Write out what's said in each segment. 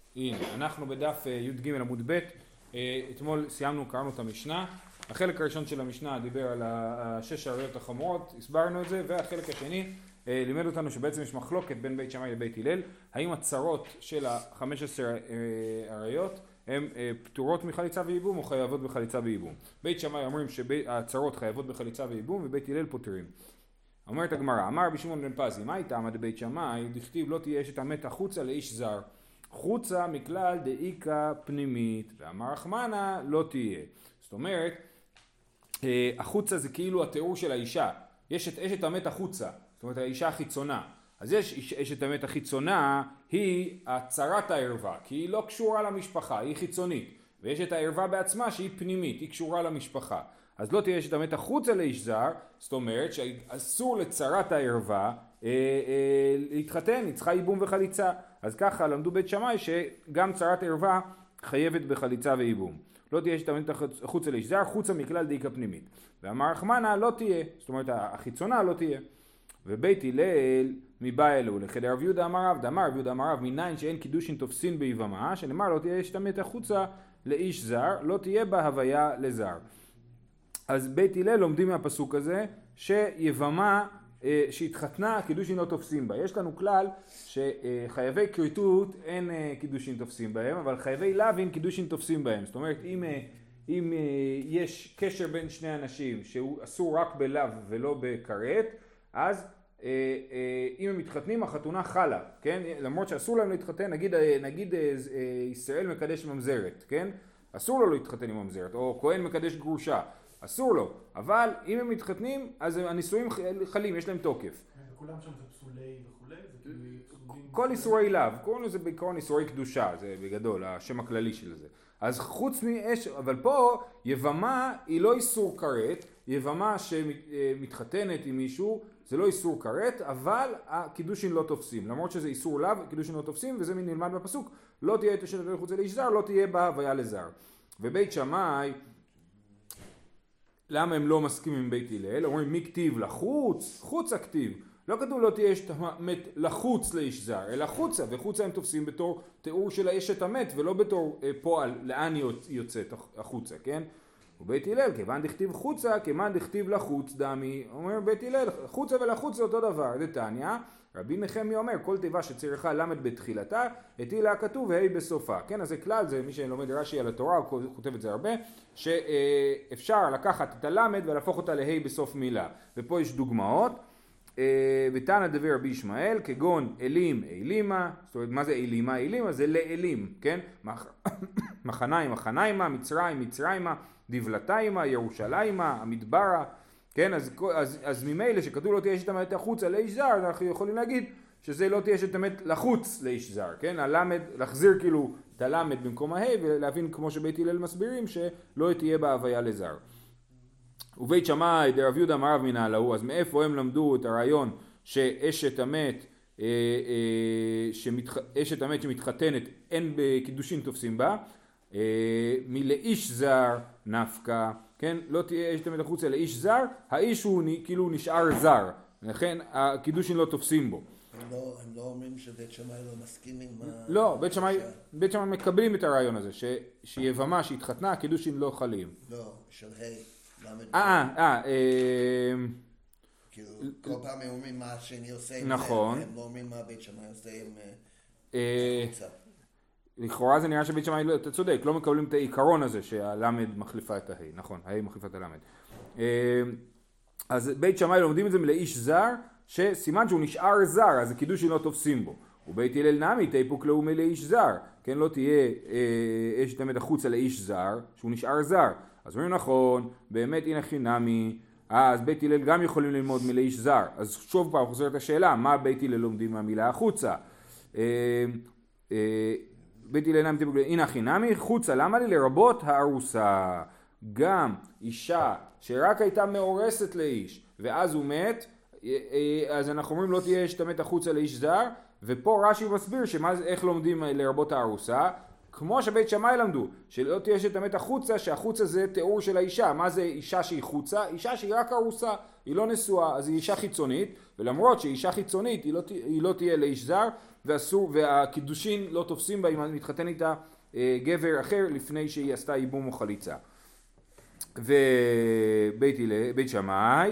הנה, אנחנו בדף י"ג עמוד ב', אתמול קראנו את המשנה. החלק הראשון של המשנה דיבר על השש עריות החמורות, הסברנו את זה, והחלק השני לימד אותנו שבעצם יש מחלוקת בין בית שמאי לבית הלל, האם הצרות של ה-15 עריות הן פטורות מחליצה וייבום או חייבות בחליצה וייבום. בית שמאי אומרים שהצרות חייבות בחליצה וייבום ובית הלל פוטרים. אומרת הגמרא, אמר רבי שמעון בן פזי, מה איתם עד בית שמאי? דכתיב לא תהיה אשת המת החוצה לאיש זר, חוצה מכלל דאיקה פנימית, ואמר רחמנה לא תהיה. זאת אומרת, החוצה זה כאילו התיאור של האישה, יש את אשת המת החוצה, זאת אומרת האישה החיצונה. אז יש אשת המת החיצונה, היא הצרת הערווה, כי היא לא קשורה למשפחה, היא חיצונית, ויש את הערווה בעצמה שהיא פנימית, היא קשורה למשפחה. אז לא תהיה אשת המת החוצה לאיש זר, זאת אומרת שאסור לצרת הערווה להתחתן, היא צריכה ייבום וחליצה. אז ככה למדו בית שמאי שגם צרת ערווה חייבת בחליצה וייבום. לא תהיה אשת המת החוצה לאיש זר, חוצה מכלל דאיקה פנימית. ואמר רחמנה לא תהיה, זאת אומרת החיצונה לא תהיה. ובית הלל מבא אלו לחדר רב יהודה אמר רב, דאמר רב יהודה אמר רב, מניין שאין קידושין תופסין ביבמה, שנאמר לא תהיה אשת המת החוצה לאיש זר, לא תהיה בה הוויה לזר. אז בית הלל לומדים מהפסוק הזה שיבמה שהתחתנה קידושין לא תופסים בה. יש לנו כלל שחייבי כריתות אין קידושין תופסים בהם, אבל חייבי לוין קידושין תופסים בהם. זאת אומרת אם יש קשר בין שני אנשים שהוא אסור רק בלו ולא בכרת, אז אם הם מתחתנים החתונה חלה, כן? למרות שאסור להם להתחתן, נגיד ישראל מקדש ממזרת, כן? אסור לו להתחתן עם ממזרת, או כהן מקדש גרושה, אסור לו, אבל אם הם מתחתנים אז הנישואים חלים, יש להם תוקף. וכולם שם זה פסולי וכולי? כל איסורי לאו, קוראים לזה בעיקרון איסורי קדושה, זה בגדול, השם הכללי של זה. אז חוץ מאש, אבל פה יבמה היא לא איסור כרת, יבמה שמתחתנת עם מישהו, זה לא איסור כרת, אבל הקידושין לא תופסים. למרות שזה איסור לאו, קידושין לא תופסים, וזה נלמד בפסוק, לא תהיה את אשת החוצה לאיש זר, לא תהיה בה הוויה לזר. ובית שמאי, למה הם לא מסכימים עם בית הלל? אומרים מי כתיב לחוץ? חוץ הכתיב. לא כתוב לא תהיה אשת המת לחוץ לאיש זר, אלא חוצה, וחוצה הם תופסים בתור תיאור של האשת המת, ולא בתור פועל לאן היא יוצאת החוצה, כן? ובית הלל, כיוון דכתיב חוצה, כיוון דכתיב לחוץ דמי. אומר בית הלל, חוצה ולחוץ זה אותו דבר. דתניא, רבי נחמיה אומר, כל תיבה שצריכה למד בתחילתה, הטילה הכתוב ה' בסופה. כן, אז זה כלל, זה מי שלומד רש"י על התורה, הוא כותב את זה הרבה, שאפשר לקחת את הלמד ולהפוך אותה לה' בסוף מילה. ופה יש דוגמאות. ותנא דבר רבי ישמעאל, כגון אלים אלימה, זאת אומרת מה זה אלימה? אלימה זה לאלים, כן? מחניים מחניימה, מצרים מצרימה, דבלתיימה, ירושלימה, המדברה, כן? אז ממילא שכתוב לא תהיה אשת המת החוצה לאיש זר, אנחנו יכולים להגיד שזה לא תהיה אשת המת לחוץ לאיש זר, כן? הלמד, להחזיר כאילו את הלמד במקום הה' ולהבין כמו שבית הלל מסבירים שלא תהיה בה הוויה לזר. ובית שמאי דרב יהודה אמר רב מן ההוא, אז מאיפה הם למדו את הרעיון שאשת המת שמתחתנת אין בקידושין תופסים בה, מלאיש זר נפקה, כן? לא תהיה אשת המת החוצה לאיש זר, האיש הוא כאילו נשאר זר, לכן הקידושין לא תופסים בו. הם לא אומרים שבית שמאי לא מסכים עם לא, בית שמאי מקבלים את הרעיון הזה, שיבמה שהתחתנה, הקידושין לא חלים. לא, של כאילו כל פעם הם אומרים מה שאני עושה עם זה, הם לא אומרים מה בית שמאי עושה עם החוצה. לכאורה זה נראה שבית שמאי, אתה צודק, לא מקבלים את העיקרון הזה שהלמד מחליפה את ההי, נכון, ההי מחליפה את הלמד. אז בית שמאי לומדים את זה מלאיש זר, שסימן שהוא נשאר זר, אז הקידושין לא תופסים בו. ובית הלל נמי תיפוק לאו מלאיש זר, כן, לא תהיה אשת המת החוצה לאיש זר, שהוא נשאר זר. אז אומרים נכון, באמת הנה חינמי, אז בית הלל גם יכולים ללמוד מלאיש זר. אז שוב פעם חוזרת השאלה, מה בית הלל לומדים מהמילה החוצה? בית הלל נמי תיפוק, הנה חינמי, חוצה, למה לי? לרבות הארוסה. גם אישה שרק הייתה מאורסת לאיש, ואז הוא מת, אז אנחנו אומרים לא תהיה אשת המת החוצה לאיש זר, ופה רש"י מסביר איך לומדים לרבות הארוסה, כמו שבית שמאי למדו, שלא תהיה אשת המת החוצה, שהחוצה זה תיאור של האישה. מה זה אישה שהיא חוצה? אישה שהיא רק ארוסה, היא לא נשואה, אז היא אישה חיצונית, ולמרות שהיא אישה חיצונית, היא לא תהיה לאיש זר, והקידושין לא תופסים בה אם מתחתן איתה גבר אחר לפני שהיא עשתה ייבום או חליצה. ובית שמאי,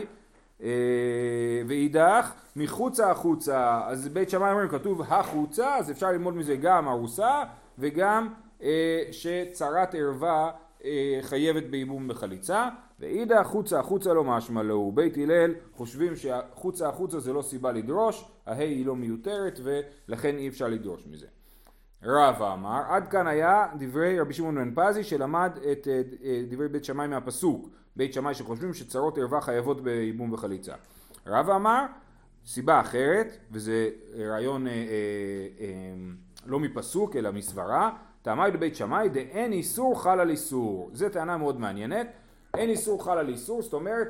ואידך מחוצה החוצה, אז בית שמאי אומרים כתוב החוצה, אז אפשר ללמוד מזה גם ארוסה וגם שצרת ערווה חייבת בייבום בחליצה. ואידך חוצה החוצה לא משמע לו. בית הלל חושבים שהחוצה החוצה זה לא סיבה לדרוש, ההיא היא לא מיותרת ולכן אי אפשר לדרוש מזה. רבא אמר, עד כאן היה דברי רבי שמעון בן פזי שלמד את דברי בית שמאי מהפסוק, בית שמאי שחושבים שצרות ערווה חייבות בייבום וחליצה. רבא אמר, סיבה אחרת, וזה רעיון לא מפסוק אלא מסברה, תאמר בבית שמאי דאין איסור חל על איסור. זו טענה מאוד מעניינת, אין איסור חל על איסור, זאת אומרת,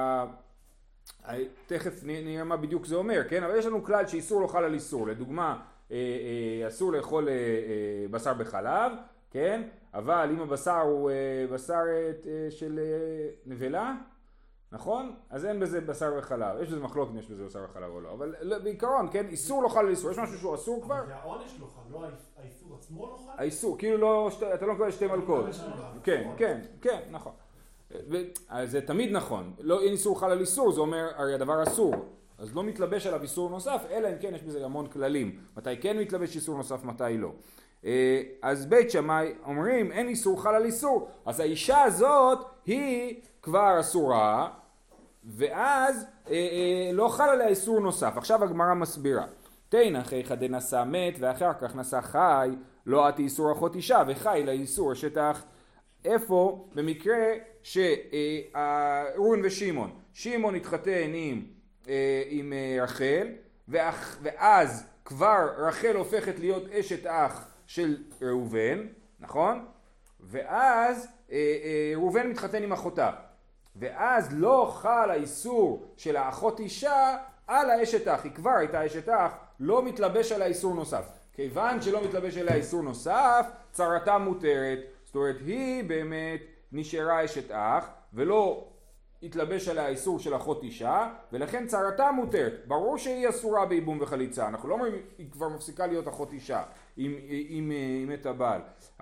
תכף נראה מה בדיוק זה אומר, כן? אבל יש לנו כלל שאיסור לא חל על איסור, לדוגמה, אסור לאכול בשר בחלב, כן? אבל אם הבשר הוא בשר של נבלה, נכון? אז אין בזה בשר בחלב. יש בזה מחלוקת אם יש בזה בשר בחלב או לא. אבל בעיקרון, כן? איסור לא חל על איסור. יש משהו שהוא אסור כבר? אבל זה העונש לא חל, לא האיסור עצמו לא חל? האיסור, כאילו לא, אתה לא מקבל שתי מלכות. כן, כן, כן, נכון. זה תמיד נכון. לא, אין איסור חל על איסור, זה אומר, הרי הדבר אסור. אז לא מתלבש עליו איסור נוסף, אלא אם כן יש בזה המון כללים. מתי כן מתלבש איסור נוסף, מתי לא. אז בית שמאי אומרים, אין איסור חל על איסור. אז האישה הזאת היא כבר אסורה, ואז לא חל עליה איסור נוסף. עכשיו הגמרא מסבירה. תנא חייכא דנשא מת ואחר כך נשא חי, לא עתי איסור אחות אישה וחי לאיסור שטח. איפה? במקרה שראובן ושמעון. שמעון התחתן עם רחל, ואז כבר רחל הופכת להיות אשת אח של ראובן, נכון? ואז ראובן מתחתן עם אחותה. ואז לא חל האיסור של האחות אישה על האשת אח. היא כבר הייתה אשת אח, לא מתלבש על האיסור נוסף. כיוון שלא מתלבש על האיסור נוסף, צרתה מותרת. זאת אומרת, היא באמת נשארה אשת אח, ולא התלבש על האיסור של אחות אישה, ולכן צרתה מותרת. ברור שהיא אסורה בייבום וחליצה. אנחנו לא אומרים, היא כבר מפסיקה להיות אחות אישה, עם את הבעל.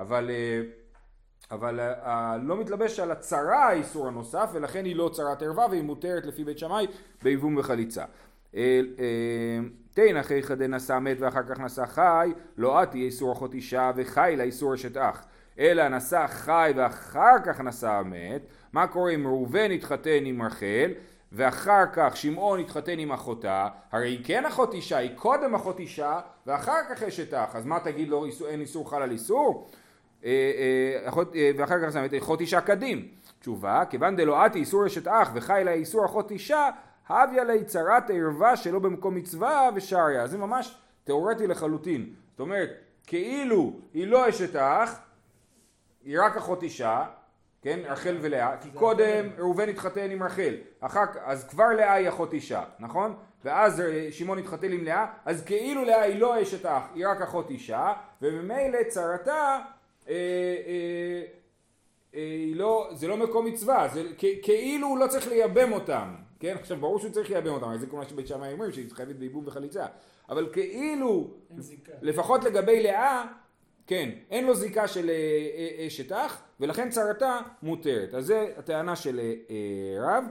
אבל לא מתלבש על הצרה האיסור הנוסף, ולכן היא לא צרת ערווה, והיא מותרת לפי בית שמאי בייבום וחליצה. תנא חייכא דנשא מת ואחר כך נשא חי, לא עתי איסור אחות אישה וחי לאיסור אשת אח. אלא נשא חי ואחר כך נשא מת. מה קורה אם ראובן התחתן עם רחל, ואחר כך שמעון התחתן עם אחותה? הרי היא כן אחות אישה, היא קודם אחות אישה, ואחר כך אשת אח. אז מה תגיד לו, אין איסור חל על איסור? ואחר כך נשא אחות אישה קדים. תשובה, כיוון דלא עתי איסור אשת אח וחי לה איסור אחות אישה, הביא לה צרת ערווה שלא במקום מצווה ושריה. זה ממש תיאורטי לחלוטין. זאת אומרת, כאילו היא לא אשת אח, היא רק אחות אישה, כן, רחל ולאה, כי קודם ראובן התחתן עם רחל, אז כבר לאה היא אחות אישה, נכון? ואז שמעון התחתן עם לאה, אז כאילו לאה היא לא אשת אח, היא רק אחות אישה, וממילא צרתה, זה לא מקום מצווה, כאילו הוא לא צריך לייבם אותם, כן? עכשיו ברור שהוא צריך לייבם אותם, זה כמו שבית שמאי אומר שהיא חייבת בייבום וחליצה, אבל כאילו, לפחות לגבי לאה, כן, אין לו זיקה של אשת אח, ולכן צרתה מותרת. אז זה הטענה של רב.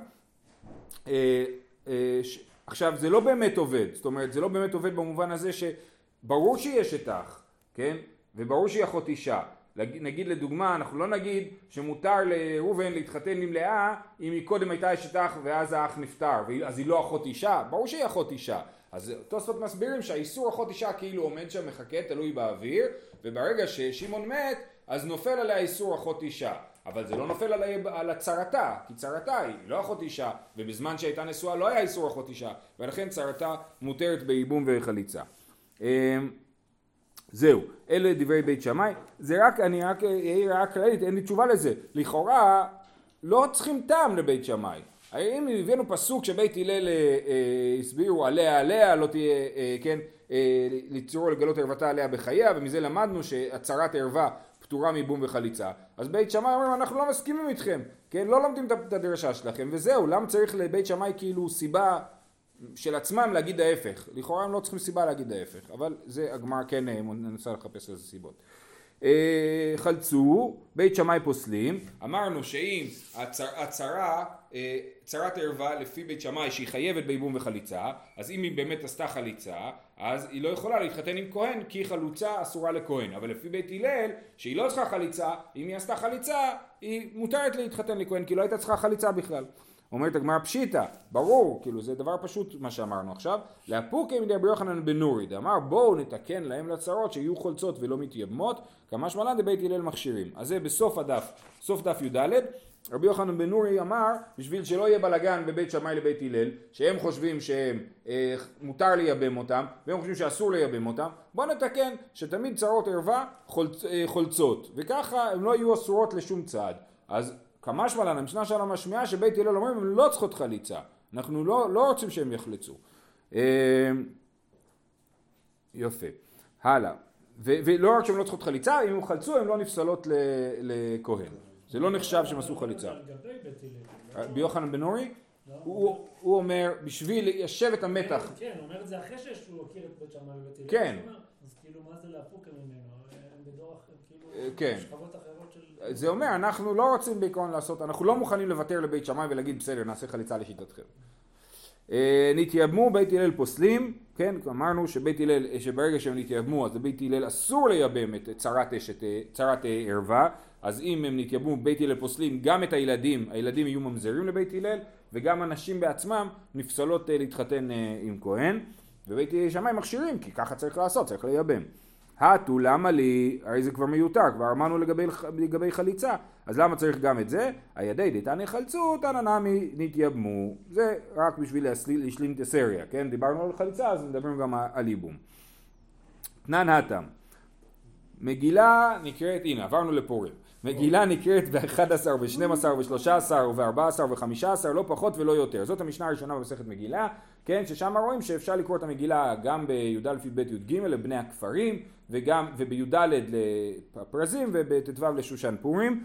עכשיו, זה לא באמת עובד. זאת אומרת, זה לא באמת עובד במובן הזה שברור שהיא אשת אח, כן? וברור שהיא אחות אישה. נגיד לדוגמה, אנחנו לא נגיד שמותר לראובן להתחתן עם לאה, אם היא קודם הייתה אשת אח ואז האח נפטר, אז היא לא אחות אישה. ברור שהיא אחות אישה. אז תוספות מסבירים שהאיסור אחות אישה כאילו עומד שם מחכה, תלוי באוויר, וברגע ששמעון מת, אז נופל עליה איסור אחות אישה. אבל זה לא נופל על הצרתה, כי צרתה היא לא אחות אישה, ובזמן שהייתה נשואה לא היה איסור אחות אישה, ולכן צרתה מותרת בייבום וחליצה. זהו, אלה דברי בית שמאי. זה רק, אני רק אעיר כללית, אין לי תשובה לזה. לכאורה, לא צריכים טעם לבית שמאי. אם הבאנו פסוק שבית הלל הסבירו עליה לא תהיה, כן, ליצור לגלות ערוותה עליה בחייה, ומזה למדנו שהצרת ערווה פטורה מייבום וחליצה. אז בית שמאי אומרים, אנחנו לא מסכימים איתכם, כן? לא לומדים את הדרשה שלכם, וזהו, למה צריך לבית שמאי כאילו סיבה של עצמם להגיד ההפך? לכאורה הם לא צריכים סיבה להגיד ההפך, אבל זה הגמרא כן ננסה לחפש איזה סיבות. חלצו, בית שמאי פוסלים, אמרנו שאם צרת ערווה לפי בית שמאי שהיא חייבת בייבום וחליצה, אז אם היא באמת עשתה חליצה, אז היא לא יכולה להתחתן עם כהן כי חלוצה אסורה לכהן, אבל לפי בית הלל שהיא לא צריכה חליצה, אם היא עשתה חליצה היא מותרת להתחתן לכהן כי לא הייתה צריכה חליצה בכלל. אומרת הגמרא פשיטא, ברור, כאילו זה דבר פשוט מה שאמרנו עכשיו, להפוקי מדי רבי יוחנן בן נורי, דאמר בואו נתקן להם לצרות שיהיו חולצות ולא מתייבמות, כמשמע לן דבית הלל מכשירים. אז זה בסוף הדף, סוף דף י"ד, רבי יוחנן בן נורי אמר, בשביל שלא יהיה בלגן בבית שמאי לבית הלל, שהם חושבים שהם מותר לייבם אותם, והם חושבים שאסור לייבם אותם, בואו נתקן שתמיד צרות ערווה חולצות, וככה הם לא יהיו אסורות לשום צעד. אז כמשמע לן, המשנה שלנו משמיעה שבית הלל אומרים הם לא צריכות חליצה, אנחנו לא רוצים שהם יחלצו. יפה, הלאה. ולא רק שהם לא צריכות חליצה, אם הם חלצו הם לא נפסלות לכהן. זה לא נחשב שהם עשו חליצה. רבי יוחנן בן נורי, הוא אומר בשביל ליישב את המתח. כן, הוא אומר את זה אחרי שהוא הכיר את בית שמאי ובית הלל. כן. אז כאילו מה זה להפוק ממנו? הם בדור אחר, כן. כאילו שכבות אחרות של... זה אומר, אנחנו לא רוצים בעיקרון לעשות, אנחנו לא מוכנים לוותר לבית שמאי ולהגיד בסדר, נעשה חליצה לשיטתכם. נתייבמו, בית הלל פוסלים, כן, אמרנו שברגע שהם נתייבמו, אז לבית הלל אסור לייבם את צרת ערווה, אז אם הם נתייבמו, בית הלל פוסלים גם את הילדים יהיו ממזרים לבית הלל, וגם הנשים בעצמם נפסלות להתחתן עם כהן, ובית שמאי מכשירים, כי ככה צריך לעשות, צריך לייבם. התו למה לי, הרי זה כבר מיותר, כבר אמרנו לגבי חליצה, אז למה צריך גם את זה? הידי דתני חלצו, תננמי נתייבמו, זה רק בשביל להשלים את הסריה, כן? דיברנו על חליצה, אז נדברים גם על ייבום. תנן התם, מגילה נקראת, הנה עברנו לפורים, מגילה נקראת ב-11 ו-12 ו-13 ו-14 ו-15, לא פחות ולא יותר. זאת המשנה הראשונה במסכת מגילה, כן, ששם רואים שאפשר לקרוא את המגילה גם בי"א י"ב י"ג לבני הכפרים, ובי"ד לפרזים ובט"ו לשושן פורים.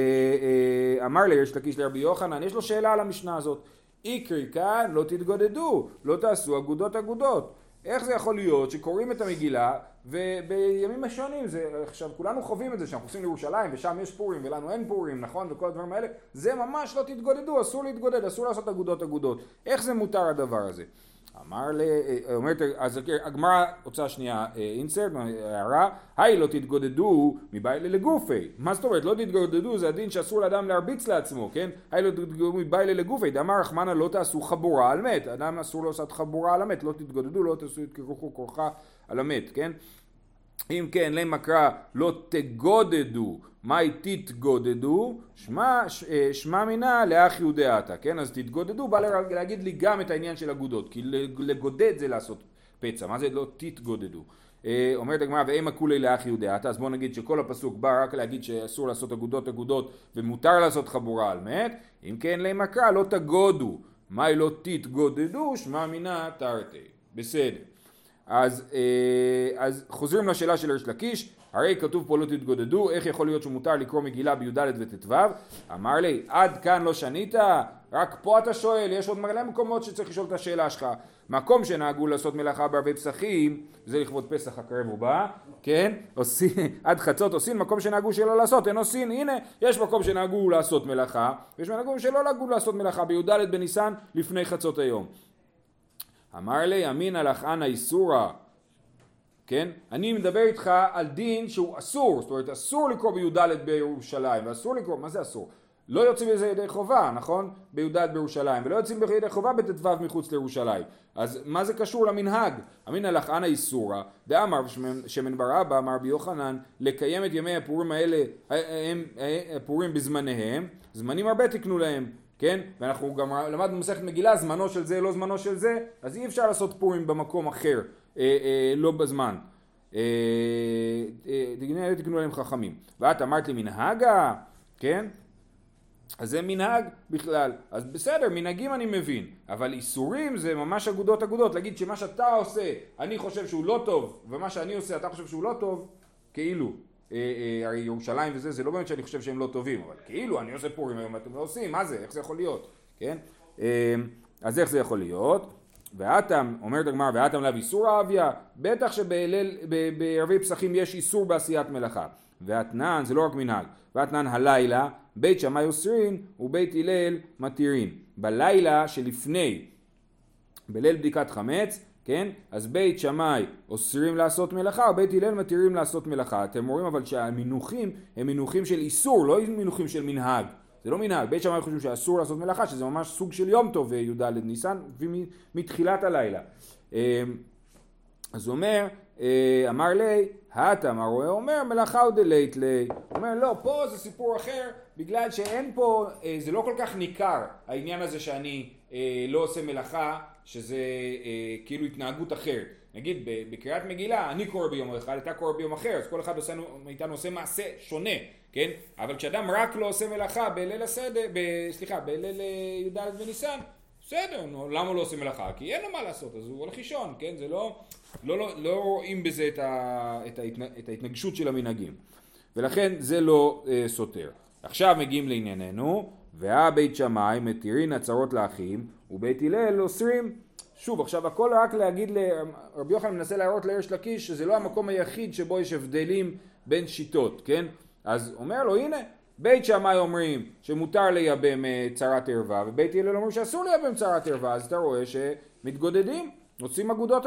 אמר ליש לקיש לרבי יוחנן, יש לו שאלה על המשנה הזאת. איקרי כאן לא תתגודדו, לא תעשו אגודות. איך זה יכול להיות שקוראים את המגילה ובימים השונים, עכשיו כולנו חווים את זה שאנחנו עושים לירושלים ושם יש פורים ולנו אין פורים, נכון? וכל הדברים האלה, זה ממש לא תתגודדו, אסור להתגודד, אסור לעשות אגודות. איך זה מותר הדבר הזה? אומרת, אז הגמרא הוצאה שנייה אינסרט, הערה, היי לא תתגודדו מבעילה לגופי. מה זאת אומרת? לא תתגודדו זה הדין שאסור לאדם להרביץ לעצמו, כן? היי לא תתגודדו מבעילה לגופי. דאמר רחמנא לא תעשו חבורה על מת. אדם אסור לעשות חבורה על המת. לא תתגודדו, לא תעשו יתקרחו כורחה על המת, כן? אם כן, למה קרא לא תגודדו, מהי תתגודדו? שמה מינה לאח יהודעתה, כן? אז תתגודדו, בא להגיד לי גם את העניין של אגודות, כי לגודד זה לעשות פצע, מה זה לא תתגודדו? אומרת הגמרא, ואימה כולי לאח יהודעתה, אז בוא נגיד שכל הפסוק בא רק להגיד שאסור לעשות אגודות ומותר לעשות חבורה על מת, אם כן, למה קרא לא תגודו, מהי לא תתגודדו? שמה מינה תרתי, בסדר. אז חוזרים לשאלה של ריש לקיש, הרי כתוב פה לא תתגודדו, איך יכול להיות שמותר לקרוא מגילה בי"ד וט"ו? אמר לי, עד כאן לא שנית? רק פה אתה שואל, יש עוד מלא מקומות שצריך לשאול את השאלה שלך. מקום שנהגו לעשות מלאכה בערבי פסחים, זה לכבוד פסח הקרב ובא, כן? עד חצות עושים, מקום שנהגו שלא לעשות, אין עושים, הנה, יש מקום שנהגו לעשות מלאכה, ויש מקום שלא נהגו לעשות מלאכה בי"ד בניסן לפני חצות היום. אמר לי, אמינא לך אנא איסורא, כן? אני מדבר איתך על דין שהוא אסור, זאת אומרת אסור לקרוא בי"ד בירושלים, ואסור לקרוא, מה זה אסור? לא יוצאים בזה ידי חובה, נכון? בי"ד בירושלים, ולא יוצאים בזה ידי חובה בט"ו מחוץ לירושלים. אז מה זה קשור למנהג? אמינא לך אנא איסורא, דאמר שמן בר אבא, אמר רבי יוחנן, לקיים את ימי הפורים האלה, הפורים בזמניהם, זמנים הרבה תקנו להם. כן? ואנחנו גם למדנו במסכת מגילה, זמנו של זה, לא זמנו של זה, אז אי אפשר לעשות פורים במקום אחר, לא בזמן. תקנו להם חכמים. ואת אמרת לי מנהגה, כן? אז זה מנהג בכלל. אז בסדר, מנהגים אני מבין, אבל איסורים זה ממש אגודות. להגיד שמה שאתה עושה, אני חושב שהוא לא טוב, ומה שאני עושה, אתה חושב שהוא לא טוב, כאילו. הרי ירושלים וזה, זה לא באמת שאני חושב שהם לא טובים, אבל כאילו אני עושה פורים היום, אתם לא עושים, מה זה, איך זה יכול להיות, כן? אז איך זה יכול להיות? והאטם, אומרת הגמרא, והאטם לאו איסור האביה, בטח שבערבי פסחים יש איסור בעשיית מלאכה. והתנן, זה לא רק מנהג, והתנן הלילה, בית שמאי אוסרין ובית הלל מתירין. בלילה שלפני, בליל בדיקת חמץ, כן? אז בית שמאי אוסרים לעשות מלאכה, ובית הלל מתירים לעשות מלאכה. אתם רואים אבל שהמינוחים הם מינוחים של איסור, לא מינוחים של מנהג. זה לא מנהג. בית שמאי חושבים שאסור לעשות מלאכה, שזה ממש סוג של יום טוב י"ד ניסן, מתחילת הלילה. אז הוא אומר, אמר לי, האטם, הרואה אומר, מלאכה הוא דלית לי. הוא אומר, לא, פה זה סיפור אחר, בגלל שאין פה, זה לא כל כך ניכר, העניין הזה שאני לא עושה מלאכה, שזה כאילו התנהגות אחרת. נגיד, בקריאת מגילה, אני קורא ביום אחד, אתה קורא ביום אחר, אז כל אחד מאיתנו עושה מעשה שונה, כן? אבל כשאדם רק לא עושה מלאכה בליל הסדר, בליל י"ד בניסן, בסדר, למה הוא לא עושה מלאכה? כי אין לו מה לעשות, אז הוא הולך לישון, כן? זה לא רואים בזה את ההתנגשות של המנהגים. ולכן זה לא סותר. עכשיו מגיעים לענייננו, והבית שמאי מתירין הצרות לאחים, ובית הלל אוסרים. שוב, עכשיו הכל רק להגיד, רבי יוחנן מנסה להראות לריש לקיש שזה לא המקום היחיד שבו יש הבדלים בין שיטות, כן? אז אומר לו, הנה, בית שמאי אומרים שמותר לייבם צרת ערווה, ובית הלל אומרים שאסור לייבם צרת ערווה, אז אתה רואה שמתגודדים, רוצים אגודות.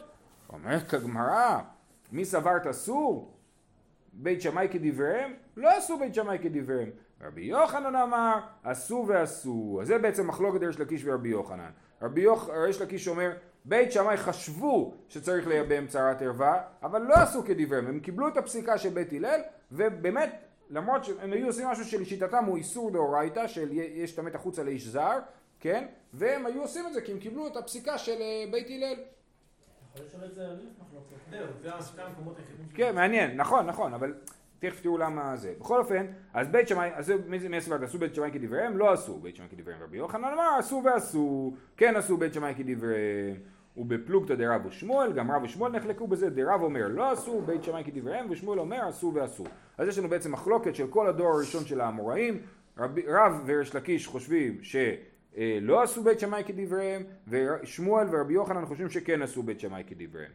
אומרת הגמרא, מי סברת אסור? בית שמאי כדבריהם? לא עשו בית שמאי כדבריהם. רבי יוחנן אמר, עשו ועשו. אז זה בעצם מחלוקת ריש לקיש ורבי יוחנן. ריש לקיש אומר, בית שמאי חשבו שצריך לייבם צרת ערווה, אבל לא עשו כדבריהם. הם קיבלו את הפסיקה של בית הלל, ובאמת, למרות שהם היו עושים משהו שלשיטתם הוא איסור דאורייתא, של יש טמא החוצה לאיש זר, כן? והם היו עושים את זה כי הם קיבלו את הפסיקה של בית הלל. יכול לשאול את זה על מחלוקת. זה השקעה במקומות היחידים. כן, מעניין, נכון, אבל תכף תראו למה זה. בכל אופן, אז בית שמאי, אז מי סברת, עשו בית שמאי כדבריהם? לא עשו בית שמאי כדבריהם. רבי יוחנן אמר, עשו ועשו, כן עשו בית שמאי כדבריהם. ובפלוגתא דרב ושמואל, גם רב ושמואל נחלקו בזה, דרב אומר לא עשו, בית שמאי כדבריהם, ושמואל אומר עשו ועשו. אז יש לנו בעצם מחלוקת של כל הדור הראשון של האמוראים. רב וריש לקיש חושבים שלא עשו בית שמאי כדבריהם, ושמואל ורבי יוחנן חושבים שכן עשו בית שמאי כדבריהם.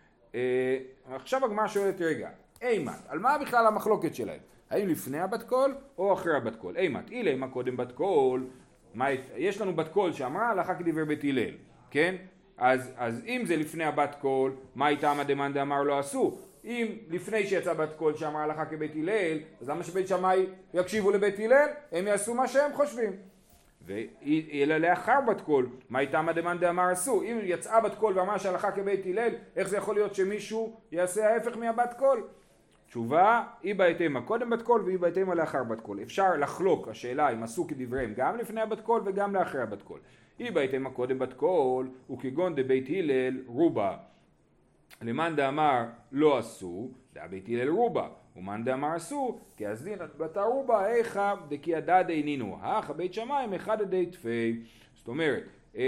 עכשיו הגמרא שואלת, רגע, אימת, על מה בכלל המחלוקת שלהם? האם לפני הבת קול או אחרי הבת קול? אימת, מה קודם בת קול? יש לנו בת קול שאמרה הלכה כדברי בית הלל, כן? אז אם זה לפני הבת קול, מה הייתה המדמן דאמר לא עשו? אם לפני שיצא בת קול שאמרה הלכה כבית הלל, אז למה שבית שמאי יקשיבו לבית הלל? הם יעשו מה שהם חושבים. אלא לאחר בת קול, מה הייתה המדמן דאמר עשו? אם יצאה בת קול ואמרה שהלכה כבית הלל, איך זה יכול להיות שמישהו יעשה ההפך מהבת קול? תשובה, אי בהתאמה קודם בת קול ואי בהתאמה לאחר בת קול. אפשר לחלוק, השאלה אם עשו כדבריהם גם לפני הבת קול וגם לאחרי הבת קול. אי בהתאמה קודם בת קול, וכגון דבית הלל רובה. למאן דאמר לא עשו, דא בית הלל רובה. ומאן דאמר עשו, כי אז דין בת רובה, איכה דקי הדד אינינו. האח בית שמאי מחד די תפי. זאת אומרת,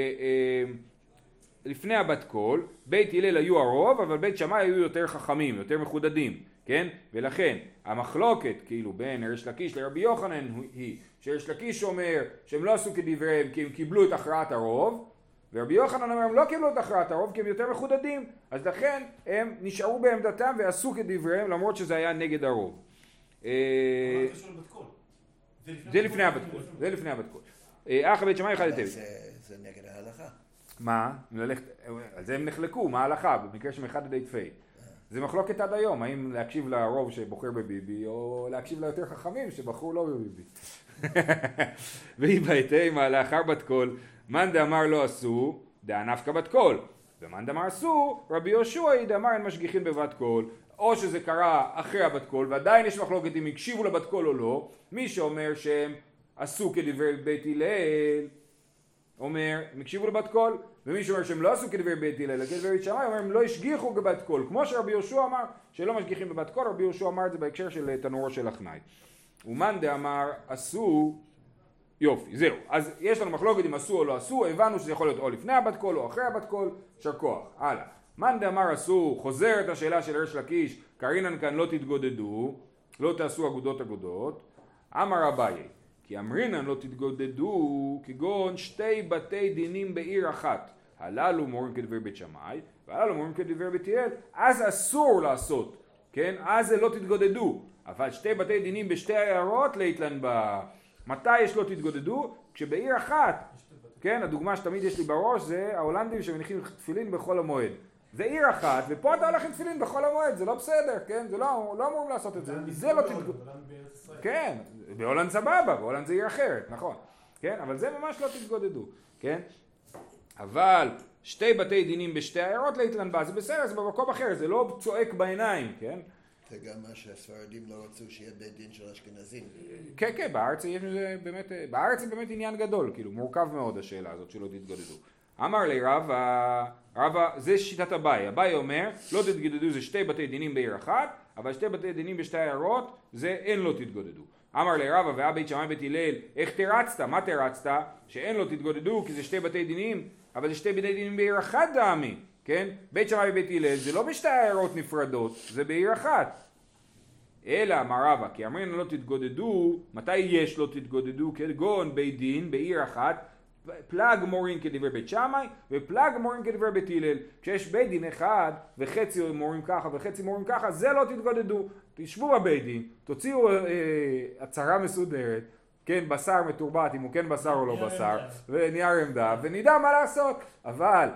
לפני הבת קול, בית הלל היו הרוב, אבל בית שמאי היו יותר חכמים, יותר מחודדים. כן? ולכן המחלוקת כאילו בין ריש לקיש לרבי יוחנן היא שריש לקיש אומר שהם לא עשו כדבריהם כי הם קיבלו את הכרעת הרוב, ורבי יוחנן אומר הם לא קיבלו את הכרעת הרוב כי הם יותר מחודדים, אז לכן הם נשארו בעמדתם ועשו כדבריהם למרות שזה היה נגד הרוב. זה לפני הבת קול. זה לפני הבת קול. אחא בית שמאי אחד היטב. זה נגד ההלכה. מה? על זה הם נחלקו, מה ההלכה? במקרה שמאחד די תפי. זה מחלוקת עד היום, האם להקשיב לרוב שבוחר בביבי, או להקשיב ליותר חכמים שבחרו לא בביבי. והיא בהתאמה לאחר בת קול, מאן דאמר לא עשו, דא נפקא בת קול. ומאן דאמר עשו, רבי יהושע דאמר אין משגיחין בבת קול. או שזה קרה אחרי הבת קול, ועדיין יש מחלוקת אם הקשיבו לבת קול או לא. מי שאומר שהם עשו כדברי בית הלל, אומר, הם הקשיבו לבת קול, ומי שאומר שהם לא עשו כדברי בית הלל, כדברי בית שמאי, אומר, הם לא השגיחו בבת קול, כמו שרבי יהושע אמר, שלא משגיחים בבת קול, רבי יהושע אמר את זה בהקשר של תנורו של אחנאי. ומאן דאמר, עשו, יופי, זהו. אז יש לנו מחלוקת אם עשו או לא עשו, הבנו שזה יכול להיות או לפני הבת קול או אחרי הבת קול, שר כוח. הלאה. מאן דאמר עשו, חוזרת השאלה של ריש לקיש, קרינן כאן לא תתגודדו, לא תעשו אגודות, אמר אביי, כי אמרינן לא תתגודדו כגון שתי בתי דינים בעיר אחת, הללו מורים כדבר בית שמאי, והללו מורים כדבר בית הלל, אז אסור לעשות, כן? אז זה לא תתגודדו, אבל שתי בתי דינים בשתי עיירות להתלן בה. מתי יש לא תתגודדו? כשבעיר אחת, כן? הדוגמה שתמיד יש לי בראש זה ההולנדים שמניחים תפילין בכל המועד. זה עיר אחת, ופה אתה הולך עם תפילין בכל המועד, זה לא בסדר, כן? זה לא אמורים לעשות את זה, זה לא תתגודדו. כן, בהולנד סבבה, בהולנד זה עיר אחרת, נכון, כן? אבל זה ממש לא תתגודדו, כן? אבל שתי בתי דינים בשתי עיירות להתלן בה, זה בסדר, זה במקום אחר, זה לא צועק בעיניים, כן? זה גם מה שהספרדים לא רצו שיהיה בית דין של אשכנזים. כן, כן, בארץ זה באמת עניין גדול, כאילו מורכב מאוד השאלה הזאת שלא תתגודדו. אמר לי רבא, זה שיטת אביי, אביי אומר, לא תתגודדו זה שתי בתי דינים בעיר אחת, אבל שתי בתי דינים בשתי עיירות, זה אין לא תתגודדו. אמר לי רבא והיה בית שמאי בית הלל, איך תרצת? מה תרצת? שאין לא תתגודדו כי זה שתי בתי דינים, אבל זה שתי בתי דינים בעיר אחת דעמי. כן? בית שמאי ובית הלל זה לא בשתי עיירות נפרדות, זה בעיר אחת. אלא אמר רבא, כי אמרנו לא תתגודדו, מתי יש לא תתגודדו? כגון בית דין בעיר אחת, פלג מורים כדבר בית שמאי ופלג מורים כדבר בית הלל. כשיש בית דין אחד וחצי מורים ככה וחצי מורים ככה, זה לא תתגודדו. תשבו בבית דין, תוציאו הצהרה מסודרת, כן, בשר מתורבת, אם הוא כן בשר או לא בשר, ונייר עמדה, ונדע מה לעשות. אבל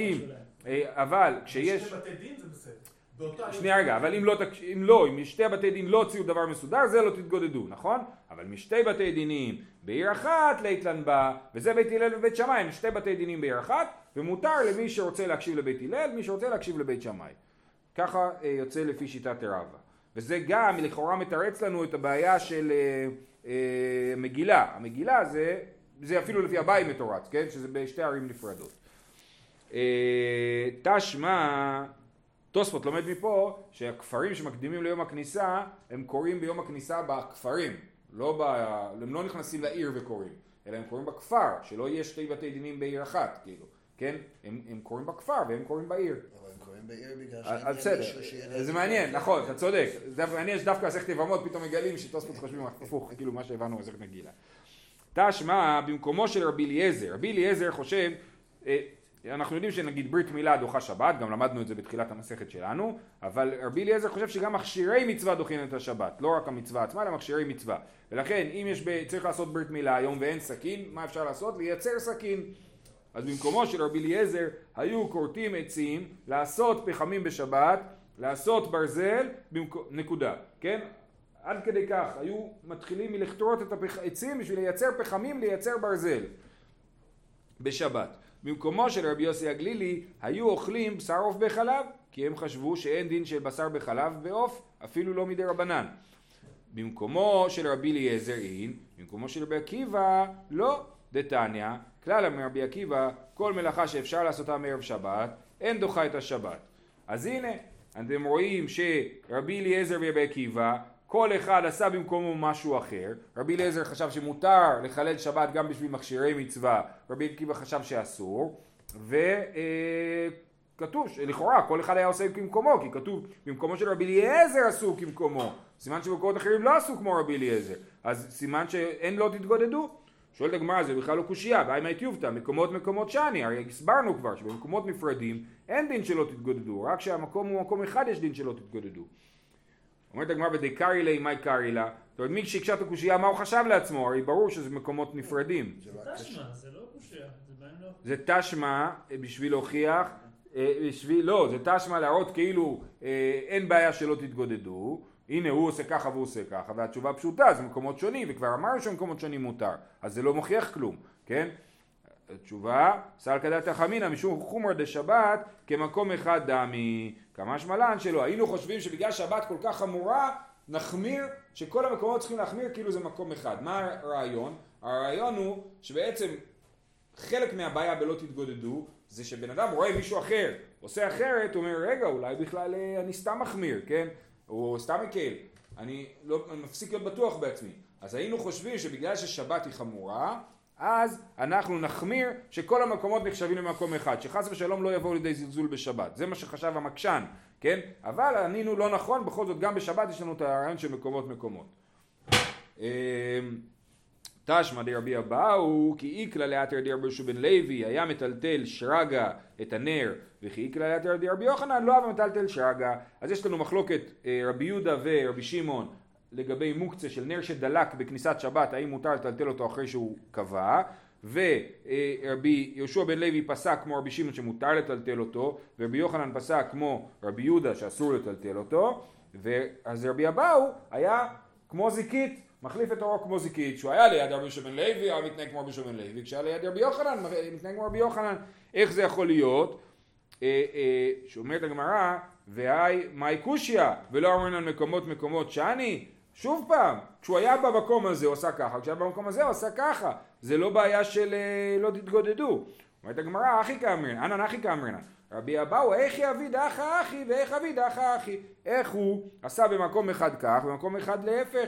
כשיש... שתי בתי דין זה בסדר. שנייה רגע, אבל אם משתי בתי דין לא הוציאו דבר מסודר, זה לא תתגודדו, נכון? אבל משתי בתי דינים בעיר אחת להתלן בה, וזה בית הלל ובית שמאי, משתי בתי דינים בעיר אחת, ומותר למי שרוצה להקשיב לבית הלל, מי שרוצה להקשיב לבית שמאי. ככה יוצא לפי שיטת רבא. וזה גם לכאורה מתרץ לנו את הבעיה של מגילה. המגילה זה אפילו לפי אביי מתורץ, כן? שזה בשתי ערים נפרדות. תשמע, תוספות לומד מפה שהכפרים שמקדימים ליום הכניסה הם קוראים ביום הכניסה בכפרים, הם לא נכנסים לעיר וקוראים, אלא הם קוראים בכפר, שלא יהיה שתי בתי דינים בעיר אחת, כאילו, כן? הם קוראים בכפר והם קוראים בעיר. אבל הם קוראים בעיר בגלל בסדר, זה מעניין, נכון, אתה צודק, זה מעניין שדווקא מסכת יבמות פתאום מגלים שתוספות חושבים הפוך, כאילו מה שהבנו מסכת מגילה. תשמע, במקומו של רבי אליעזר חושב, אנחנו יודעים שנגיד ברית מילה דוחה שבת, גם למדנו את זה בתחילת המסכת שלנו, אבל רבי אליעזר חושב שגם מכשירי מצווה דוחים את השבת, לא רק המצווה עצמה, אלא מכשירי מצווה. ולכן אם צריך לעשות ברית מילה היום ואין סכין, מה אפשר לעשות? לייצר סכין. אז במקומו של רבי אליעזר היו כורתים עצים, לעשות פחמים בשבת, לעשות ברזל, נקודה, כן? עד כדי כך, היו מתחילים מלכתרות את העצים בשביל לייצר פחמים, לייצר ברזל בשבת. במקומו של רבי יוסי הגלילי היו אוכלים בשר עוף בחלב, כי הם חשבו שאין דין של בשר בחלב בעוף, אפילו לא מדי רבנן. במקומו של רבי אליעזר אין, במקומו של רבי עקיבא לא, דתניא, כלל מרבי עקיבא, כל מלאכה שאפשר לעשותה מערב שבת, אין דוחה את השבת. אז הנה, אתם רואים שרבי אליעזר ורבי עקיבא, כל אחד עשה במקומו משהו אחר. רבי אליעזר חשב שמותר לחלל שבת גם בשביל מכשירי מצווה, רבי עקיבא חשב שאסור, וכתוב שלכאורה כל אחד היה עושה כמקומו, כי כתוב במקומו של רבי אליעזר עשו כמקומו, סימן שבמקומות אחרים לא עשו כמו רבי אליעזר, אז סימן שאין לא תתגודדו. שואלת הגמרא, זה בכלל לא קושייה, והאם היטיובתא, מקומות שני, הרי הסברנו כבר שבמקומות נפרדים אין דין שלא תתגודדו, רק שהמקום הוא מקום אחד יש דין שלא תתגודדו. אומרת הגמרא בדקרי לי, מה קרי לה? זאת אומרת, מי שהקשה את הקושייה, מה הוא חשב לעצמו? הרי ברור שזה מקומות נפרדים. זה תשמע, זה לא קושייה, זה בעין לא... זה תשמע בשביל להוכיח, לא, זה תשמע להראות כאילו אין בעיה שלא תתגודדו, הנה הוא עושה ככה והוא עושה ככה, והתשובה פשוטה, זה מקומות שונים, וכבר אמרנו שמקומות שונים מותר, אז זה לא מוכיח כלום, כן? התשובה, סל כדת החמינא משום חומרא דשבת כמקום אחד דמי, כמה שמלן שלו, היינו חושבים שבגלל שבת כל כך חמורה, נחמיר, שכל המקומות צריכים להחמיר כאילו זה מקום אחד. מה הרעיון? הרעיון הוא שבעצם חלק מהבעיה בלא תתגודדו, זה שבן אדם רואה מישהו אחר, עושה אחרת, הוא אומר, רגע, אולי בכלל אני סתם מחמיר, כן? או סתם מקל, אני מפסיק להיות בטוח בעצמי. אז היינו חושבים שבגלל ששבת היא חמורה, אז אנחנו נחמיר שכל המקומות נחשבים למקום אחד, שחס ושלום לא יבואו לידי זלזול בשבת. זה מה שחשב המקשן, כן? אבל ענינו לא נכון, בכל זאת גם בשבת יש לנו את הרעיון של מקומות. תשמע דרבי אבאו, כי איקלה לאתר דרבי יהושע בן לוי, היה מטלטל שרגא את הנר, וכי איקלה לאתר דרבי יוחנן, לא היה מטלטל שרגא. אז יש לנו מחלוקת רבי יהודה ורבי שמעון, לגבי מוקצה של נר שדלק בכניסת שבת, האם מותר לטלטל אותו אחרי שהוא קבע, ורבי יהושע בן לוי פסק כמו רבי שמעון שמותר לטלטל אותו, ורבי יוחנן פסק כמו רבי יהודה שאסור לטלטל אותו, אז רבי אבאו היה כמו זיקית, מחליף את אורו כמו זיקית, שהוא היה ליד רבי יהושע בן לוי, היה מתנהג כמו רבי יהושע בן לוי, כשהיה ליד רבי יוחנן, מתנהג כמו רבי יוחנן. איך זה יכול להיות? שאומרת הגמרא, והי מאי קושיא, ולא אמרנו מקומות שאני, שוב פעם, כשהוא היה במקום הזה הוא עשה ככה, כשהיה במקום הזה הוא עשה ככה, זה לא בעיה של לא תתגודדו. אומרת הגמרא, אחי כאמרינן, אנא נחי כאמרינן, רבי אבאו, איך יביא דאחא אחי ואיך אביא דאחא אחי, איך הוא עשה במקום אחד כך, במקום אחד להפך.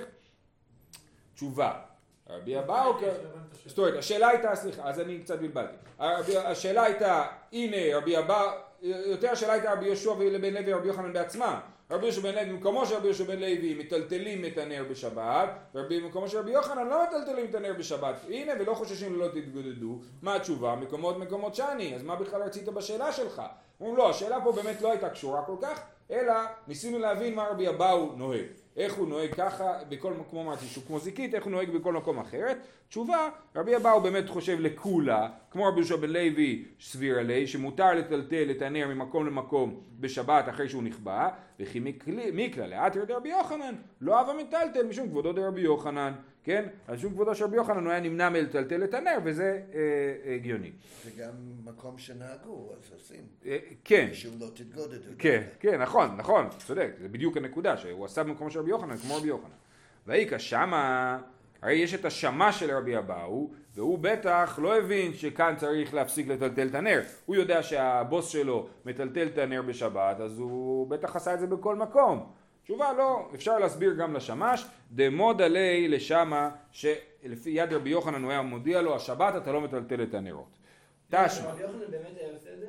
תשובה, רבי אבאו, השאלה הייתה, סליחה, אז אני קצת בלבלתי, השאלה הייתה, הנה רבי אבאו, יותר השאלה הייתה רבי יהושע בן לוי ורבי יוחנן בעצמם. רבי יהושע בן לוי, במקומו של רבי יהושע בן לוי מטלטלים את הנר בשבת, ובמקומו של רבי יוחנן לא מטלטלים את הנר בשבת. הנה, ולא חוששים לא תתגודדו. מה התשובה? מקומות שאני. אז מה בכלל רצית בשאלה שלך? אומרים לא, השאלה פה באמת לא הייתה קשורה כל כך, אלא ניסינו להבין מה רבי אבאו נוהג. איך הוא נוהג ככה בכל מקום, אמרתי שהוא כמו זיקית, איך הוא נוהג בכל מקום אחרת. תשובה, רבי אבאו באמת חושב לכולה, כמו רבי יהושע בן לוי סביר עלי, שמותר לטלטל את הנר ממקום למקום בשבת אחרי שהוא נכבה, וכי מקלה לאתר דרבי יוחנן, לא אהבה מטלטל משום כבודו דרבי יוחנן, כן? אז משום כבודו של רבי יוחנן הוא היה נמנע מלטלטל את הנר, וזה הגיוני. זה גם מקום שנהגו, אז עושים. כן. משום לא תתגודדו. כן, נכון, צודק, זה בדיוק הנקודה, שהוא עשה במקום של רבי יוחנן, כמו רבי יוחנן. והאיקה שמה, הרי יש את השמה של רבי אבאו, והוא בטח לא הבין שכאן צריך להפסיק לטלטל את הנר. הוא יודע שהבוס שלו מטלטל את הנר בשבת, אז הוא בטח עשה את זה בכל מקום. תשובה לא, אפשר להסביר גם לשמש, דמוד עלי לשמה, שלפי יד רבי יוחנן הוא היה מודיע לו, השבת אתה לא מטלטל את הנרות. רבי יוחנן באמת היה עושה את זה?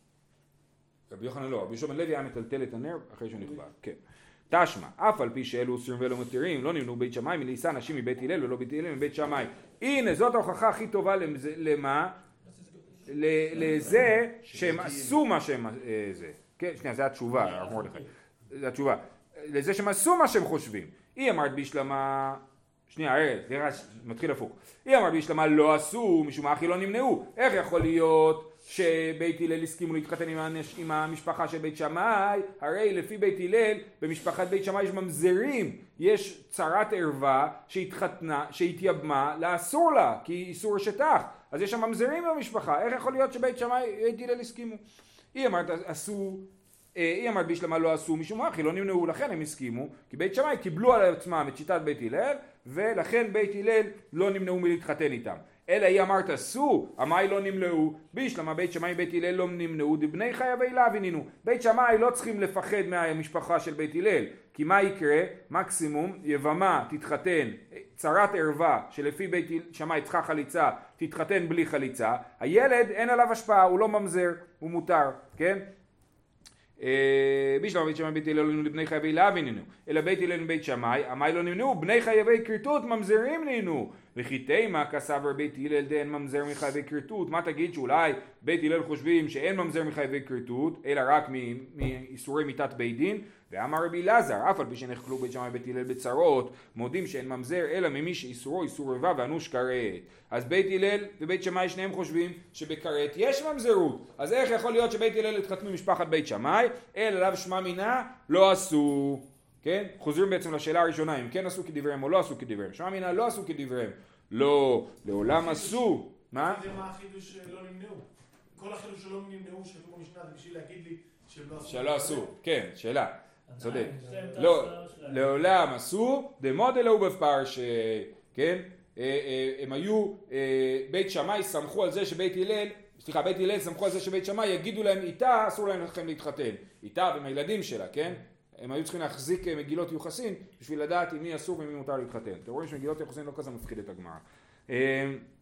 רבי יוחנן לא, רבי יהושע בן לוי היה מטלטל את הנר אחרי שהוא נכבה, כן. תשמע, אף על פי שאלו אוסרים ולא מתירים, לא נמנו בית שמאי מלעיסה נשים מבית הלל ולא בית הלל מבית שמאי. הנה, זאת ההוכחה הכי טובה למה? לזה שהם עשו מה שהם... כן, שנייה, זה התשובה, זה התשובה. לזה שהם עשו מה שהם חושבים. היא אמרת בישלמה... שנייה, מתחיל הפוך. היא אמרת בישלמה לא עשו, משום מה אחי לא נמנעו. איך יכול להיות שבית הלל הסכימו להתחתן עם המשפחה של בית שמאי? הרי לפי בית הלל, במשפחת בית שמאי יש ממזרים. יש צרת ערווה שהתייבמה לאסור לה, כי איסור שטח. אז יש שם ממזרים במשפחה. איך יכול להיות שבית שמאי, בית הלל הסכימו? היא אמרת עשו... היא אמרת בישלמה לא עשו משום מה, כי לא נמנעו, לכן הם הסכימו, כי בית שמאי קיבלו על עצמם את שיטת בית הלל, ולכן בית הלל לא נמנעו מלהתחתן איתם. אלא היא אמרת עשו, המאי לא נמנעו, בישלמה בית שמאי בית הלל לא נמנעו, דבני חייבי להבינינו. בית שמאי לא צריכים לפחד מהמשפחה של בית הלל, כי מה יקרה? מקסימום יבמה תתחתן, צרת ערווה שלפי בית שמאי צריכה חליצה, תתחתן בלי חליצה, הילד אין עליו השפעה, הוא לא ממזר, הוא מותר, כן? בישלמה בית שמאי בית הלל לא נמנעו לבני חייבי להבינינו, אלא בית הלל ובית שמאי, המאי לא נמנעו, בני חייבי כריתות ממזרים נמנעו. וכי תימה כסבר בית הלל דאין ממזר מחייבי כריתות. מה תגיד שאולי בית הלל חושבים שאין ממזר מחייבי כריתות, אלא רק מאיסורי מיתת בית דין? ואמר רבי אלעזר, אף על פי שנחלו בית שמאי בית הלל בצרות, מודים שאין ממזר אלא ממי שאיסורו איסור רבע ואנוש כרת. אז בית הלל ובית שמאי שניהם חושבים שבכרת יש ממזרות. אז איך יכול להיות שבית הלל התחתנו משפחת בית שמאי, אלא לאו שמע מינה לא עשו? כן? חוזרים בעצם לשאלה הראשונה, אם כן עשו כדבריהם או לא עשו כדבריהם. שמע מינה לא עשו כדבריהם. לא, לעולם עשו. מה? זה מה החידוש שלא נמנעו. כל החידוש שלא נמנעו שכתוב במשנה זה בשביל להגיד לי שלא עשו. כן, שאלה. צודק. לא, לעולם עשו, דמוד אלוהו בפרש, כן? הם היו, בית שמאי סמכו על זה שבית הלל, סליחה, בית הלל סמכו על זה שבית שמאי יגידו להם איתה, אסור להם לכם להתחתן. איתה ועם הילדים שלה, כן? הם היו צריכים להחזיק מגילות יוחסין בשביל לדעת עם מי אסור ומי מותר להתחתן. אתם רואים שמגילות יוחסין לא כזה מפחיד את הגמרא.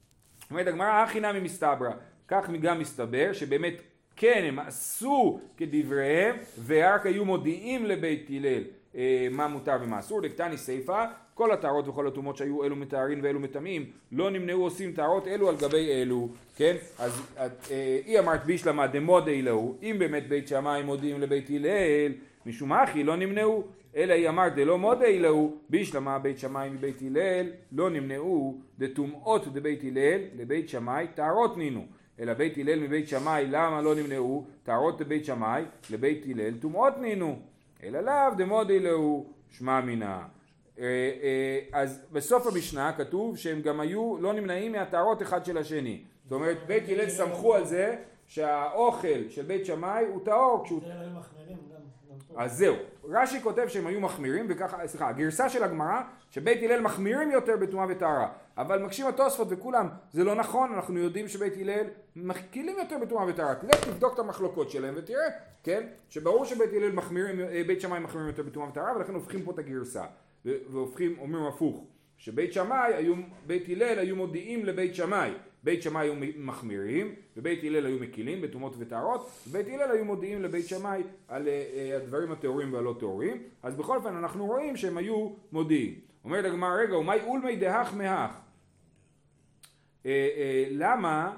אומרת הגמרא, הכי נמי מסתברא, כך גם מסתבר שבאמת כן הם עשו כדבריהם ורק היו מודיעים לבית הלל מה מותר ומה אסור. דקתני סיפא, כל הטהרות וכל הטומאות שהיו אלו מטהרין ואלו מטמאים לא נמנעו עושים טהרות אלו על גבי אלו, כן? אז היא אמרת בישלמה דמודי להו, אם באמת בית שמאי מודיעים לבית הלל משום אחי לא נמנעו, אלא היא אמרת דלא מודי להו, בישלמה בית שמאי מבית הלל לא נמנעו דטומאות דבית הלל לבית שמאי טהרות נינו, אלא בית הלל מבית שמאי למה לא נמנעו טהרות לבית שמאי לבית הלל טומאות נינו, אלא לאו דמודי להו שמע מינה. אז בסוף המשנה כתוב שהם גם היו לא נמנעים מהטהרות אחד של השני. זאת אומרת בית הלל סמכו על זה שהאוכל של בית שמאי הוא טהור כשהוא... אז זהו, רש"י כותב שהם היו מחמירים וככה, סליחה, הגרסה של הגמרא שבית הלל מחמירים יותר בטומאה וטהרה, אבל מקשים התוספות וכולם, זה לא נכון, אנחנו יודעים שבית הלל מקלים יותר בטומאה וטהרה. תבדוק את המחלוקות שלהם ותראה, כן, שברור שבית הלל מחמירים, בית שמאי מחמירים יותר בטומאה וטהרה, ולכן הופכים פה את הגרסה והופכים, אומרים הפוך, שבית שמאי, בית הלל היו מודיעים לבית שמאי, בית שמאי היו מחמירים ובית הלל היו מקילים בטומאות וטהרות, ובית הלל היו מודיעים לבית שמאי על הדברים הטהורים והלא טהורים. אז בכל אופן אנחנו רואים שהם היו מודיעים. אומרת הגמרא, רגע, ומאי אולמי דהך מהך, למה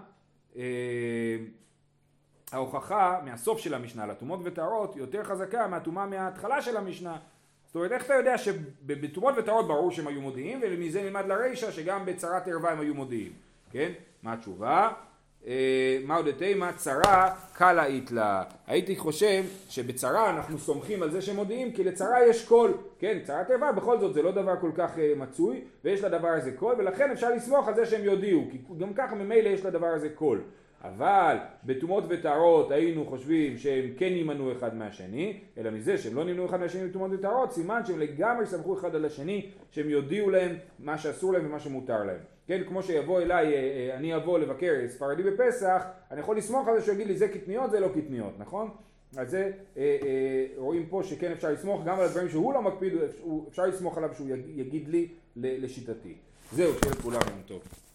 ההוכחה מהסוף של המשנה לטומאות וטהרות יותר חזקה מהטומאה מההתחלה של המשנה? זאת אומרת, איך אתה יודע שבטומאות וטהרות ברור שהם היו מודיעים, ומזה נלמד לרישא שגם בצרת ערווה הם היו מודיעים, כן? מה התשובה? מה עוד תימא? צרה קלה איתלה. הייתי חושב שבצרה אנחנו סומכים על זה שהם מודיעים, כי לצרה יש קול, כן? צרת ערווה בכל זאת זה לא דבר כל כך מצוי, ויש לדבר הזה קול, ולכן אפשר לסמוך על זה שהם יודיעו, כי גם ככה ממילא יש לדבר הזה קול. אבל בטומאות וטהרות היינו חושבים שהם כן יימנעו אחד מהשני, אלא מזה שהם לא נמנעו אחד מהשני בטומאות וטהרות, סימן שהם לגמרי סמכו אחד על השני, שהם יודיעו להם מה שאסור להם ומה שמותר להם. כן, כמו שיבוא אליי, אני אבוא לבקר ספרדי בפסח, אני יכול לסמוך על זה שהוא יגיד לי זה קטניות, זה לא קטניות, נכון? אז זה רואים פה שכן אפשר לסמוך גם על הדברים שהוא לא מקפיד, אפשר לסמוך עליו שהוא יגיד לי לשיטתי. זהו, שיהיה לכולם יום טוב.